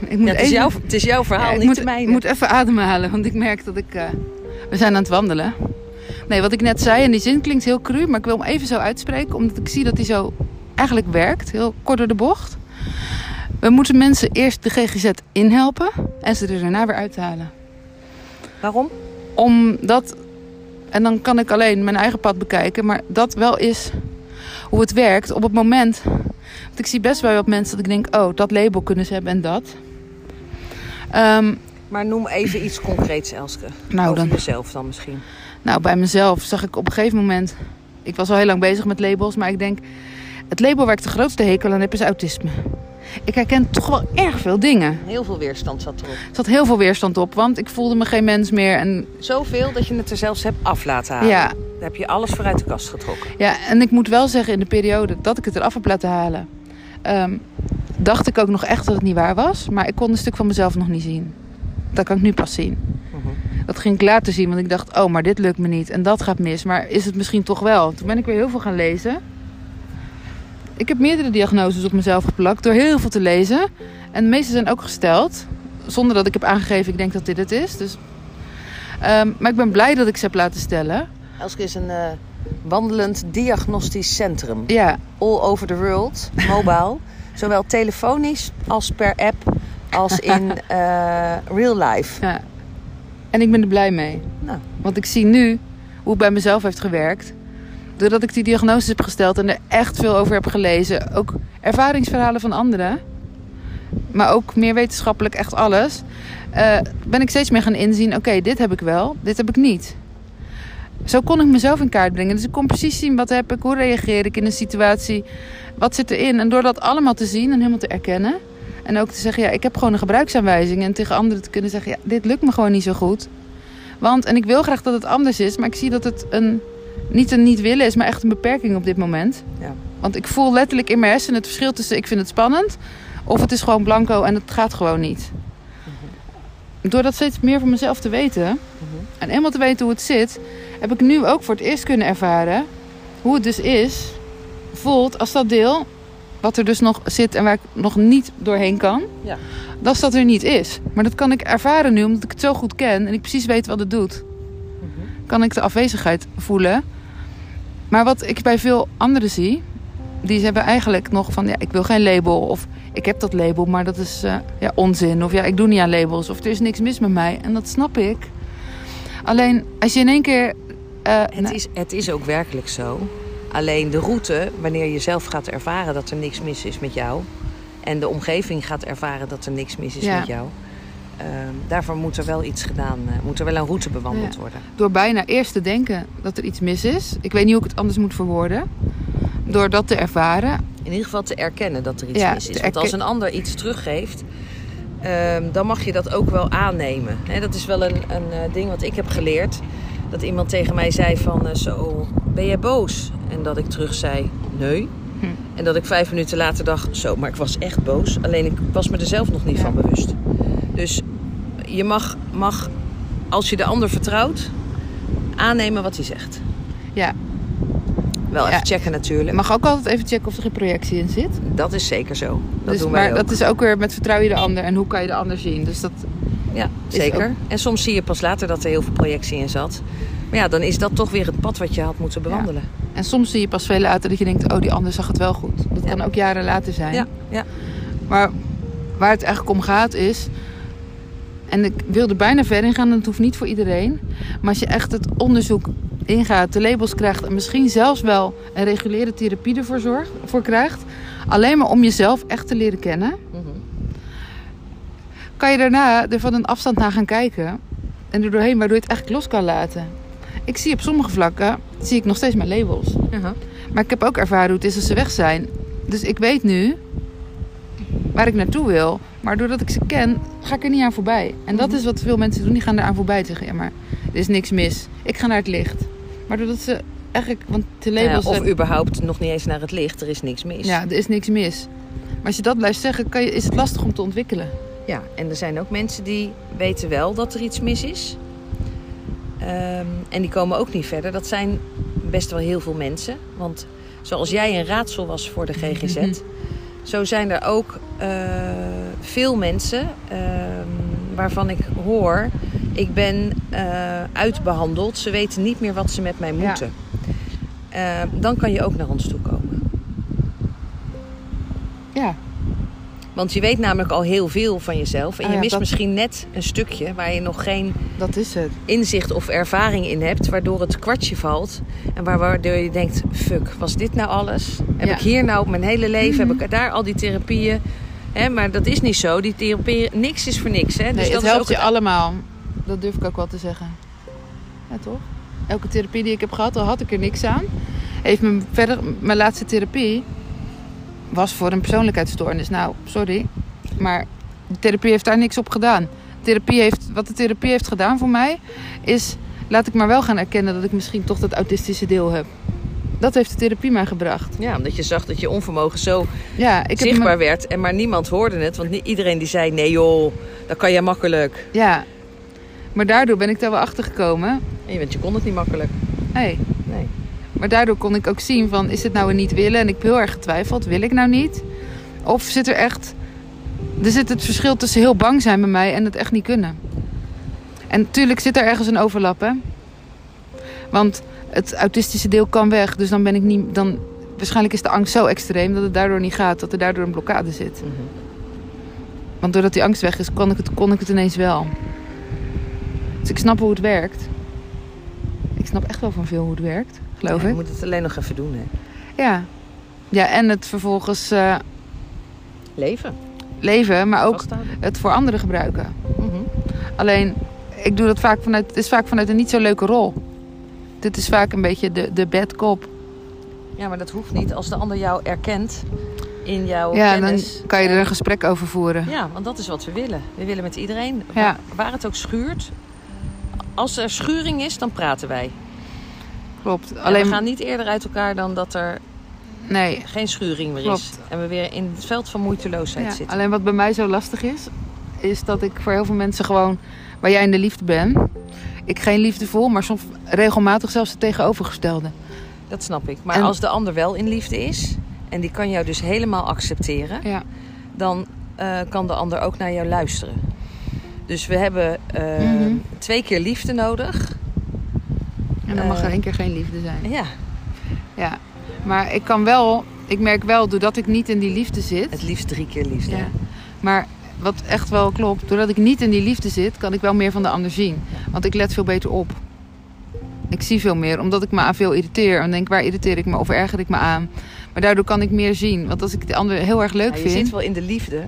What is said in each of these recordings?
Het is jouw verhaal, niet de mijne. Ik moet even ademhalen, want ik merk dat we zijn aan het wandelen. Nee, wat ik net zei, en die zin klinkt heel cru, maar ik wil hem even zo uitspreken, omdat ik zie dat hij zo eigenlijk werkt, heel kort door de bocht. We moeten mensen eerst de GGZ inhelpen en ze er daarna weer uithalen. Waarom? Omdat, en dan kan ik alleen mijn eigen pad bekijken, maar dat wel is hoe het werkt op het moment. Want ik zie best wel wat mensen dat ik denk, oh, dat label kunnen ze hebben en dat. Maar noem even iets concreets, Elske. Over jezelf dan misschien. Nou, bij mezelf zag ik op een gegeven moment, ik was al heel lang bezig met labels, maar ik denk, het label waar ik de grootste hekel aan heb is autisme. Ik herken toch wel erg veel dingen. Heel veel weerstand zat erop. Er zat heel veel weerstand op, want ik voelde me geen mens meer. En zoveel dat je het er zelfs hebt af laten halen. Ja. Daar heb je alles voor uit de kast getrokken. Ja, en ik moet wel zeggen, in de periode dat ik het eraf heb laten halen, dacht ik ook nog echt dat het niet waar was. Maar ik kon een stuk van mezelf nog niet zien. Dat kan ik nu pas zien. Dat ging ik later zien, want ik dacht, oh, maar dit lukt me niet. En dat gaat mis, maar is het misschien toch wel? Toen ben ik weer heel veel gaan lezen. Ik heb meerdere diagnoses op mezelf geplakt door heel veel te lezen. En de meeste zijn ook gesteld. Zonder dat ik heb aangegeven, ik denk dat dit het is. Dus, maar ik ben blij dat ik ze heb laten stellen. Elske is een wandelend diagnostisch centrum. Ja. All over the world, mobile. Zowel telefonisch als per app als in real life. Ja. En ik ben er blij mee. Nou. Want ik zie nu hoe het bij mezelf heeft gewerkt. Doordat ik die diagnoses heb gesteld en er echt veel over heb gelezen. Ook ervaringsverhalen van anderen. Maar ook meer wetenschappelijk, echt alles. Ben ik steeds meer gaan inzien, oké, dit heb ik wel, dit heb ik niet. Zo kon ik mezelf in kaart brengen. Dus ik kon precies zien, wat heb ik, hoe reageer ik in een situatie. Wat zit erin? En door dat allemaal te zien en helemaal te erkennen. En ook te zeggen, ja, ik heb gewoon een gebruiksaanwijzing. En tegen anderen te kunnen zeggen, ja, dit lukt me gewoon niet zo goed. Want, en ik wil graag dat het anders is. Maar ik zie dat het niet willen is, maar echt een beperking op dit moment. Ja. Want ik voel letterlijk in mijn hersenen het verschil tussen ik vind het spannend. Of het is gewoon blanco en het gaat gewoon niet. Door dat steeds meer van mezelf te weten. En eenmaal te weten hoe het zit. Heb ik nu ook voor het eerst kunnen ervaren. Hoe het dus voelt als dat deel. Wat er dus nog zit en waar ik nog niet doorheen kan. Ja. Dat er niet is. Maar dat kan ik ervaren nu omdat ik het zo goed ken. En ik precies weet wat het doet. Kan ik de afwezigheid voelen. Maar wat ik bij veel anderen zie. Die hebben eigenlijk nog van, ja, ik wil geen label. Of ik heb dat label, maar dat is onzin. Of ja, ik doe niet aan labels. Of er is niks mis met mij. En dat snap ik. Alleen, als je in één keer... Het is ook werkelijk zo. Alleen de route, wanneer je zelf gaat ervaren dat er niks mis is met jou. En de omgeving gaat ervaren dat er niks mis is met jou. Daarvoor moet er wel iets gedaan, moet er wel een route bewandeld worden. Door bijna eerst te denken dat er iets mis is. Ik weet niet hoe ik het anders moet verwoorden. Door dat te ervaren. In ieder geval te erkennen dat er iets mis is. Want als een ander iets teruggeeft, dan mag je dat ook wel aannemen. Dat is wel een ding wat ik heb geleerd. Dat iemand tegen mij zei van, zo, ben jij boos? En dat ik terug zei, nee. En dat ik 5 minuten later dacht, zo, maar ik was echt boos. Alleen ik was me er zelf nog niet van bewust. Dus je mag, als je de ander vertrouwt, aannemen wat hij zegt. Ja. Wel even checken natuurlijk. Je mag ook altijd even checken of er geen projectie in zit. Dat is zeker zo. Dat doen wij maar ook. Dat is ook weer met vertrouw je de ander en hoe kan je de ander zien. Dus dat ja, zeker. Ook... En soms zie je pas later dat er heel veel projectie in zat. Maar ja, dan is dat toch weer het pad wat je had moeten bewandelen. Ja. En soms zie je pas veel later dat je denkt, oh, die ander zag het wel goed. Dat kan ook jaren later zijn. Ja. Maar waar het eigenlijk om gaat is... En ik wil er bijna verder in gaan, dat hoeft niet voor iedereen. Maar als je echt het onderzoek ingaat, de labels krijgt... en misschien zelfs wel een reguliere therapie ervoor voor krijgt... alleen maar om jezelf echt te leren kennen... kan je daarna er van een afstand naar gaan kijken... en er doorheen, waardoor je het eigenlijk los kan laten. Ik zie op sommige vlakken zie ik nog steeds mijn labels. Maar ik heb ook ervaren hoe het is als ze weg zijn. Dus ik weet nu waar ik naartoe wil... Maar doordat ik ze ken, ga ik er niet aan voorbij. En dat is wat veel mensen doen. Die gaan eraan voorbij zeggen, ja, maar er is niks mis. Ik ga naar het licht. Maar doordat ze eigenlijk... Want de labels of überhaupt nog niet eens naar het licht. Er is niks mis. Ja, er is niks mis. Maar als je dat blijft zeggen, is het lastig om te ontwikkelen. Ja, en er zijn ook mensen die weten wel dat er iets mis is. En die komen ook niet verder. Dat zijn best wel heel veel mensen. Want zoals jij een raadsel was voor de GGZ... Zo zijn er ook veel mensen waarvan ik hoor... ik ben uitbehandeld. Ze weten niet meer wat ze met mij moeten. Dan kan je ook naar ons toe komen. Ja. Want je weet namelijk al heel veel van jezelf. En je mist misschien net een stukje waar je nog geen inzicht of ervaring in hebt. Waardoor het kwartje valt. En waardoor je denkt, fuck, was dit nou alles? Heb ik hier nou mijn hele leven, heb ik daar al die therapieën? Maar dat is niet zo. Die therapieën, niks is voor niks. Dus nee, dat het helpt is ook je allemaal. Dat durf ik ook wel te zeggen. Ja, toch? Elke therapie die ik heb gehad, al had ik er niks aan. Mijn laatste therapie was voor een persoonlijkheidsstoornis. Nou, sorry. Maar de therapie heeft daar niks op gedaan. Wat de therapie heeft gedaan voor mij is... laat ik maar wel gaan erkennen dat ik misschien toch dat autistische deel heb. Dat heeft de therapie mij gebracht. Ja, omdat je zag dat je onvermogen zo zichtbaar werd. Maar niemand hoorde het. Want iedereen die zei, nee joh, dat kan je makkelijk. Ja, maar daardoor ben ik daar wel achter gekomen. Want je kon het niet makkelijk. Nee. Maar daardoor kon ik ook zien van, is dit nou een niet willen? En ik heb heel erg getwijfeld, wil ik nou niet? Of zit er echt... Er zit het verschil tussen heel bang zijn bij mij en het echt niet kunnen. En natuurlijk zit er ergens een overlap, hè? Want het autistische deel kan weg. Dus dan ben ik niet... waarschijnlijk is de angst zo extreem dat het daardoor niet gaat. Dat er daardoor een blokkade zit. Mm-hmm. Want doordat die angst weg is, kon ik het ineens wel. Dus ik snap hoe het werkt. Ik snap echt wel van veel hoe het werkt, geloof ik. Je moet het alleen nog even doen, hè? Ja, en het vervolgens... Leven, maar ook het voor anderen gebruiken. Mm-hmm. Alleen, ik doe dat vaak vanuit een niet zo leuke rol. Dit is vaak een beetje de bad cop. Ja, maar dat hoeft niet. Als de ander jou erkent in jouw kennis... dan kan je er een gesprek over voeren. Ja, want dat is wat we willen. We willen met iedereen, waar het ook schuurt... Als er schuring is, dan praten wij. Klopt. Alleen... we gaan niet eerder uit elkaar dan dat er geen schuring meer is. En we weer in het veld van moeiteloosheid zitten. Alleen wat bij mij zo lastig is dat ik voor heel veel mensen gewoon... waar jij in de liefde bent, ik geen liefde voel... maar soms regelmatig zelfs het tegenovergestelde. Dat snap ik. Maar als de ander wel in liefde is... en die kan jou dus helemaal accepteren... dan kan de ander ook naar jou luisteren. Dus we hebben 2 keer liefde nodig. En dan mag er 1 keer geen liefde zijn. Ja. Maar ik merk wel, doordat ik niet in die liefde zit... Het liefst 3 keer liefde. Ja. Maar wat echt wel klopt, doordat ik niet in die liefde zit... kan ik wel meer van de ander zien. Want ik let veel beter op. Ik zie veel meer, omdat ik me aan veel irriteer. En denk, waar irriteer ik me of erger ik me aan? Maar daardoor kan ik meer zien. Want als ik de ander heel erg leuk vind... Je zit wel in de liefde.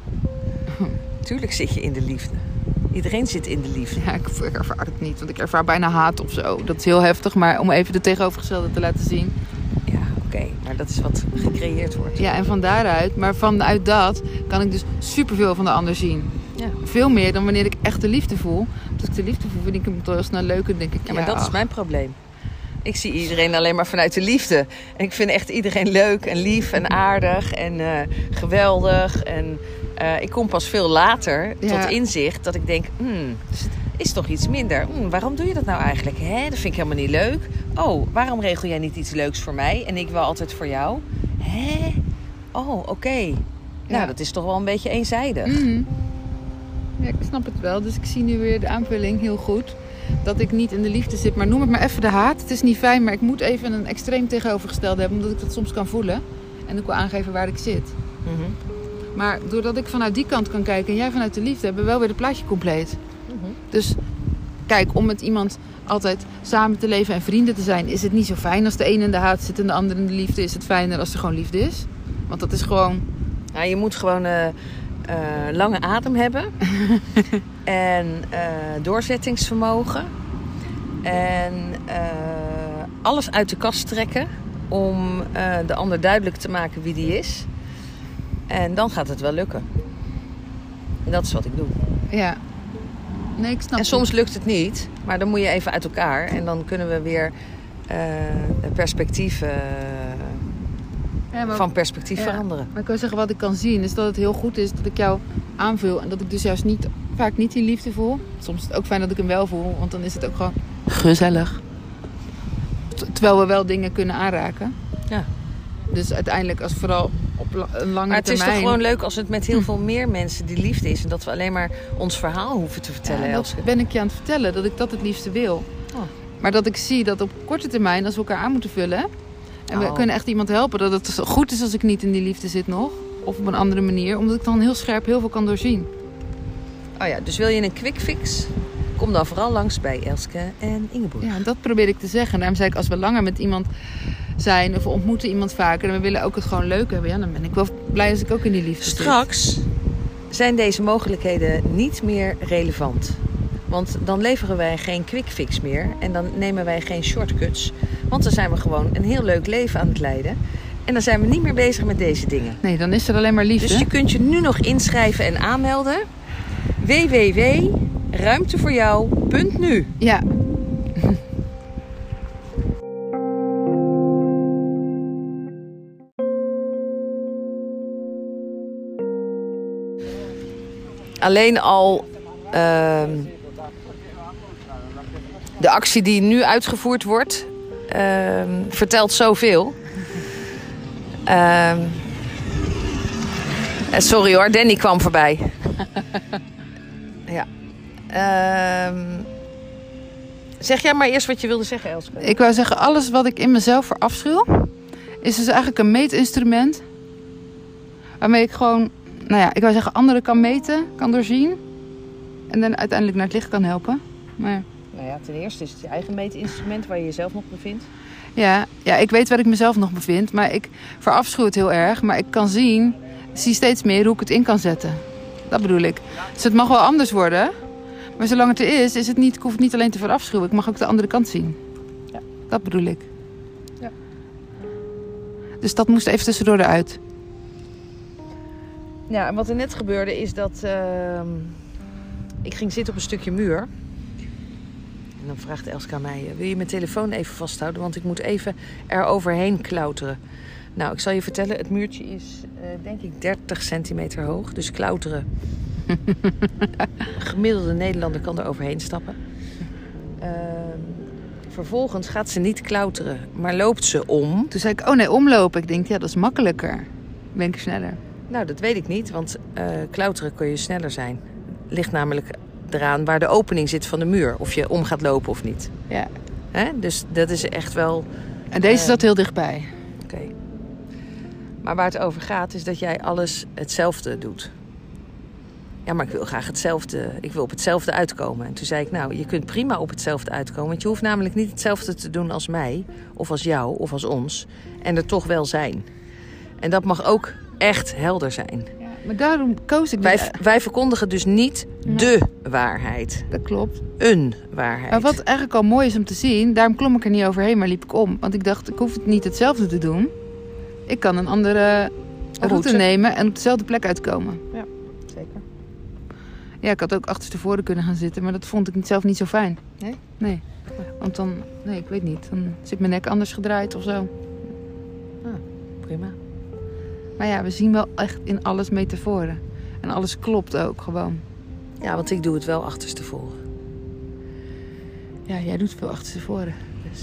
Tuurlijk zit je in de liefde. Iedereen zit in de liefde. Ja, ik ervaar het niet. Want ik ervaar bijna haat of zo. Dat is heel heftig. Maar om even de tegenovergestelde te laten zien. Ja, oké. Maar dat is wat gecreëerd wordt. Ja, en van daaruit. Maar vanuit dat kan ik dus superveel van de ander zien. Ja. Veel meer dan wanneer ik echt de liefde voel. Als ik de liefde voel, vind ik hem toch heel snel leuk. En denk ik, maar dat is mijn probleem. Ik zie iedereen alleen maar vanuit de liefde. En ik vind echt iedereen leuk en lief en aardig en geweldig. En ik kom pas veel later tot inzicht dat ik denk... is toch iets minder. Waarom doe je dat nou eigenlijk? Dat vind ik helemaal niet leuk. Oh, waarom regel jij niet iets leuks voor mij? En ik wel altijd voor jou? Oh, oké. Nou, dat is toch wel een beetje eenzijdig. Mm-hmm. Ja, ik snap het wel. Dus ik zie nu weer de aanvulling heel goed. Dat ik niet in de liefde zit. Maar noem het maar even de haat. Het is niet fijn, maar ik moet even een extreem tegenovergestelde hebben. Omdat ik dat soms kan voelen. En ook wel aangeven waar ik zit. Mm-hmm. Maar doordat ik vanuit die kant kan kijken en jij vanuit de liefde, hebben we wel weer het plaatje compleet. Mm-hmm. Dus kijk, om met iemand altijd samen te leven en vrienden te zijn, is het niet zo fijn als de een in de haat zit en de ander in de liefde. Is het fijner als er gewoon liefde is? Want dat is gewoon... Nou, je moet gewoon lange adem hebben. En doorzettingsvermogen. En alles uit de kast trekken om de ander duidelijk te maken wie die is. En dan gaat het wel lukken. En dat is wat ik doe. Ja. Nee, ik snap en soms lukt het niet. Maar dan moet je even uit elkaar. En dan kunnen we weer perspectief veranderen. Maar ik wil zeggen, wat ik kan zien is dat het heel goed is dat ik jou aanvul. En dat ik dus juist vaak niet die liefde voel. Soms is het ook fijn dat ik hem wel voel. Want dan is het ook gewoon gezellig. Terwijl we wel dingen kunnen aanraken. Ja. Dus uiteindelijk, op een lange termijn. Maar het is toch gewoon leuk als het met heel veel meer mensen die liefde is. En dat we alleen maar ons verhaal hoeven te vertellen, Elske. Dat ben ik je aan het vertellen, dat ik dat het liefste wil. Oh. Maar dat ik zie dat op korte termijn, als we elkaar aan moeten vullen... en we kunnen echt iemand helpen, dat het goed is als ik niet in die liefde zit nog. Of op een andere manier, omdat ik dan heel scherp heel veel kan doorzien. Oh ja, dus wil je een quick fix? Kom dan vooral langs bij Elske en Ingeborg. Ja, dat probeer ik te zeggen. Daarom zei ik, als we langer met iemand zijn of we ontmoeten iemand vaker... en we willen ook het gewoon leuk hebben... ja, dan ben ik wel blij als ik ook in die liefde zit. Straks zijn deze mogelijkheden niet meer relevant. Want dan leveren wij geen quick fix meer. En dan nemen wij geen shortcuts. Want dan zijn we gewoon een heel leuk leven aan het leiden. En dan zijn we niet meer bezig met deze dingen. Nee, dan is er alleen maar liefde. Dus je kunt je nu nog inschrijven en aanmelden. www.ruimtevoorjou.nu. Ja. Alleen al de actie die nu uitgevoerd wordt, vertelt zoveel. Sorry hoor, Danny kwam voorbij. Ja. Zeg jij maar eerst wat je wilde zeggen, Elske. Ik wou zeggen, alles wat ik in mezelf verafschuw... is dus eigenlijk een meetinstrument... waarmee ik gewoon... nou ja, ik wou zeggen, anderen kan meten, kan doorzien... en dan uiteindelijk naar het licht kan helpen. Maar... nou ja, ten eerste is het je eigen meetinstrument waar je jezelf nog bevindt. Ja, ik weet waar ik mezelf nog bevind, maar ik verafschuw het heel erg. Maar ik kan zie steeds meer hoe ik het in kan zetten. Dat bedoel ik. Dus het mag wel anders worden. Maar zolang het er is het niet, ik hoef het niet alleen te verafschuwen. Ik mag ook de andere kant zien. Ja. Dat bedoel ik. Ja. Dus dat moest even tussendoor eruit. Ja, en wat er net gebeurde is dat... ik ging zitten op een stukje muur. En dan vraagt Elske aan mij... wil je mijn telefoon even vasthouden? Want ik moet even er overheen klauteren. Nou, ik zal je vertellen... het muurtje is denk ik 30 centimeter hoog. Dus klauteren... gemiddelde Nederlander kan er overheen stappen. Vervolgens gaat ze niet klauteren, maar loopt ze om. Toen zei ik, oh nee, omlopen. Ik denk, ja, dat is makkelijker. Dan ben ik sneller. Nou, dat weet ik niet, want klauteren kun je sneller zijn. Ligt namelijk eraan waar de opening zit van de muur. Of je om gaat lopen of niet. Ja. Dus dat is echt wel... En deze zat heel dichtbij. Oké. Maar waar het over gaat is dat jij alles hetzelfde doet. Ja, maar ik wil graag hetzelfde. Ik wil op hetzelfde uitkomen. En toen zei ik, nou, je kunt prima op hetzelfde uitkomen. Want je hoeft namelijk niet hetzelfde te doen als mij. Of als jou, of als ons. En er toch wel zijn. En dat mag ook echt helder zijn. Ja, maar daarom koos ik... Wij verkondigen dus niet de waarheid. Dat klopt. Een waarheid. Maar wat eigenlijk al mooi is om te zien... daarom klom ik er niet overheen, maar liep ik om. Want ik dacht, ik hoef het niet hetzelfde te doen. Ik kan een andere route nemen en op dezelfde plek uitkomen. Ja, zeker. Ja, ik had ook achterstevoren kunnen gaan zitten, maar dat vond ik zelf niet zo fijn. Nee? Nee. Want dan, nee, ik weet niet. Dan zit mijn nek anders gedraaid of zo. Ah, prima. Maar ja, we zien wel echt in alles metaforen. En alles klopt ook gewoon. Ja, want ik doe het wel achterstevoren. Ja, jij doet veel achterstevoren. Dus.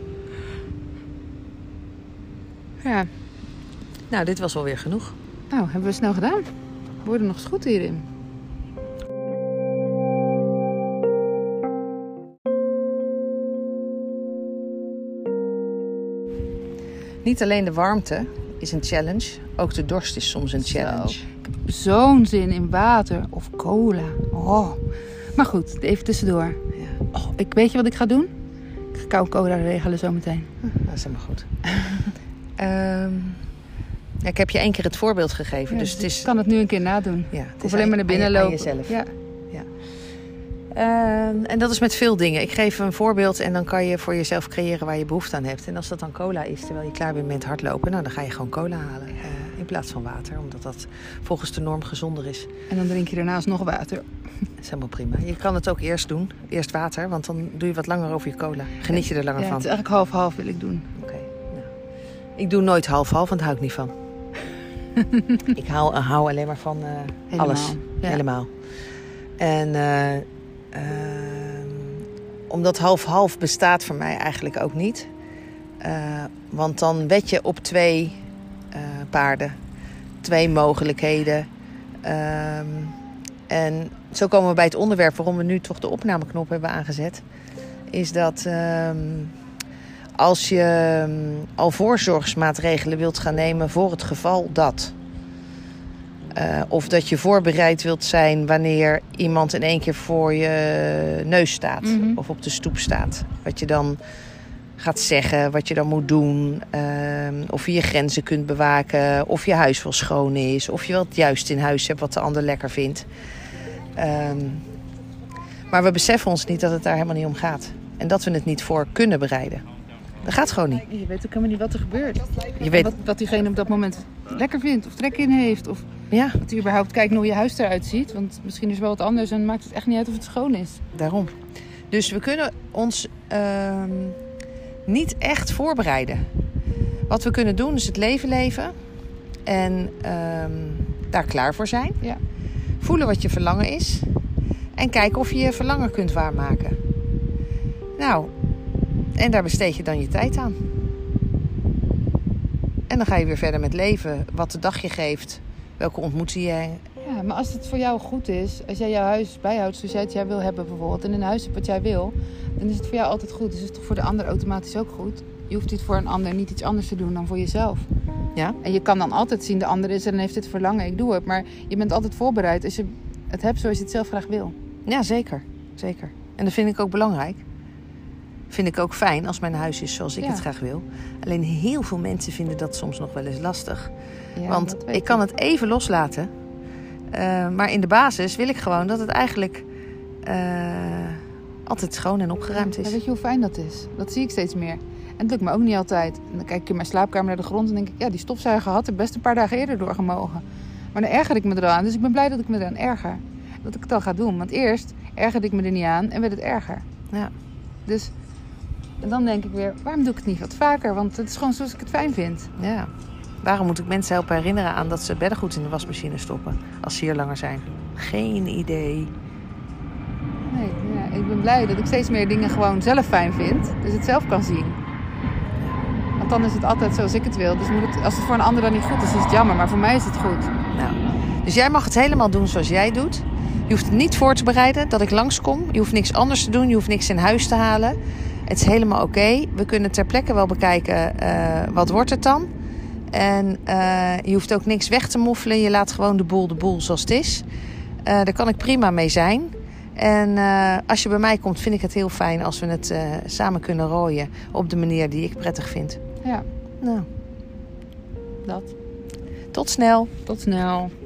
Ja. Nou, dit was alweer genoeg. Nou, hebben we snel gedaan. We worden nog eens goed hierin. Niet alleen de warmte is een challenge, ook de dorst is soms een challenge. Zo. Ik heb zo'n zin in water of cola. Oh. Maar goed, even tussendoor. Ja. Oh, weet je wat ik ga doen? Ik ga koude cola regelen zometeen. Dat is helemaal goed. Ja, ik heb je 1 keer het voorbeeld gegeven. Ja, dus het is... Ik kan het nu een keer nadoen. Ja, ik hoef alleen maar naar binnen lopen. Jezelf. Ja. Ja. En dat is met veel dingen. Ik geef een voorbeeld en dan kan je voor jezelf creëren waar je behoefte aan hebt. En als dat dan cola is, terwijl je klaar bent met hardlopen... nou, dan ga je gewoon cola halen in plaats van water. Omdat dat volgens de norm gezonder is. En dan drink je daarnaast nog water. Dat is helemaal prima. Je kan het ook eerst doen. Eerst water, want dan doe je wat langer over je cola. Geniet je er langer van. Het is eigenlijk half-half wil ik doen. Oké. Nou. Ik doe nooit half-half, want daar hou ik niet van. Ik hou alleen maar van alles. Ja. Helemaal. En omdat half-half bestaat voor mij eigenlijk ook niet. Want dan wed je op 2 paarden. 2 mogelijkheden. En zo komen we bij het onderwerp waarom we nu toch de opnameknop hebben aangezet. Is dat als je al voorzorgsmaatregelen wilt gaan nemen voor het geval dat. Of dat je voorbereid wilt zijn wanneer iemand in één keer voor je neus staat. Mm-hmm. Of op de stoep staat. Wat je dan gaat zeggen, wat je dan moet doen. Of je je grenzen kunt bewaken. Of je huis wel schoon is. Of je wel het juist in huis hebt wat de ander lekker vindt. Maar we beseffen ons niet dat het daar helemaal niet om gaat. En dat we het niet voor kunnen bereiden. Dat gaat gewoon niet. Je weet ook helemaal niet wat er gebeurt. Je weet wat diegene op dat moment lekker vindt. Of trek in heeft. Of dat hij überhaupt kijkt hoe je huis eruit ziet. Want misschien is wel wat anders en maakt het echt niet uit of het schoon is. Daarom. Dus we kunnen ons niet echt voorbereiden. Wat we kunnen doen is het leven leven. En daar klaar voor zijn. Ja. Voelen wat je verlangen is. En kijken of je je verlangen kunt waarmaken. Nou, en daar besteed je dan je tijd aan. En dan ga je weer verder met leven. Wat de dag je geeft. Welke ontmoeting je. Ja, maar als het voor jou goed is. Als jij jouw huis bijhoudt zoals jij het wil hebben bijvoorbeeld. En een huis hebt wat jij wil. Dan is het voor jou altijd goed. Dus is het toch voor de ander automatisch ook goed. Je hoeft dit voor een ander niet iets anders te doen dan voor jezelf. Ja. En je kan dan altijd zien de ander is er en heeft dit verlangen. Ik doe het. Maar je bent altijd voorbereid als je het hebt zoals je het zelf graag wil. Ja, zeker. Zeker. En dat vind ik ook belangrijk. Vind ik ook fijn als mijn huis is zoals ik het graag wil. Alleen heel veel mensen vinden dat soms nog wel eens lastig. Ja, want ik kan het even loslaten. Maar in de basis wil ik gewoon dat het eigenlijk altijd schoon en opgeruimd is. Ja, weet je hoe fijn dat is? Dat zie ik steeds meer. En dat lukt me ook niet altijd. En dan kijk ik in mijn slaapkamer naar de grond en denk ik... ja, die stofzuiger had er best een paar dagen eerder door gemogen. Maar dan erger ik me eraan. Dus ik ben blij dat ik me eraan erger. Dat ik het al ga doen. Want eerst ergerde ik me er niet aan en werd het erger. Ja. Dus... en dan denk ik weer, waarom doe ik het niet wat vaker? Want het is gewoon zoals ik het fijn vind. Ja. Waarom moet ik mensen helpen herinneren aan dat ze beddengoed in de wasmachine stoppen? Als ze hier langer zijn. Geen idee. Nee, ja, ik ben blij dat ik steeds meer dingen gewoon zelf fijn vind. Dus het zelf kan zien. Want dan is het altijd zoals ik het wil. Dus als het voor een ander dan niet goed is, is het jammer. Maar voor mij is het goed. Nou, dus jij mag het helemaal doen zoals jij doet. Je hoeft het niet voor te bereiden dat ik langskom. Je hoeft niks anders te doen. Je hoeft niks in huis te halen. Het is helemaal oké. We kunnen ter plekke wel bekijken wat wordt het dan. En je hoeft ook niks weg te moffelen. Je laat gewoon de boel zoals het is. Daar kan ik prima mee zijn. En als je bij mij komt, vind ik het heel fijn als we het samen kunnen rooien. Op de manier die ik prettig vind. Ja. Nou. Dat. Tot snel. Tot snel.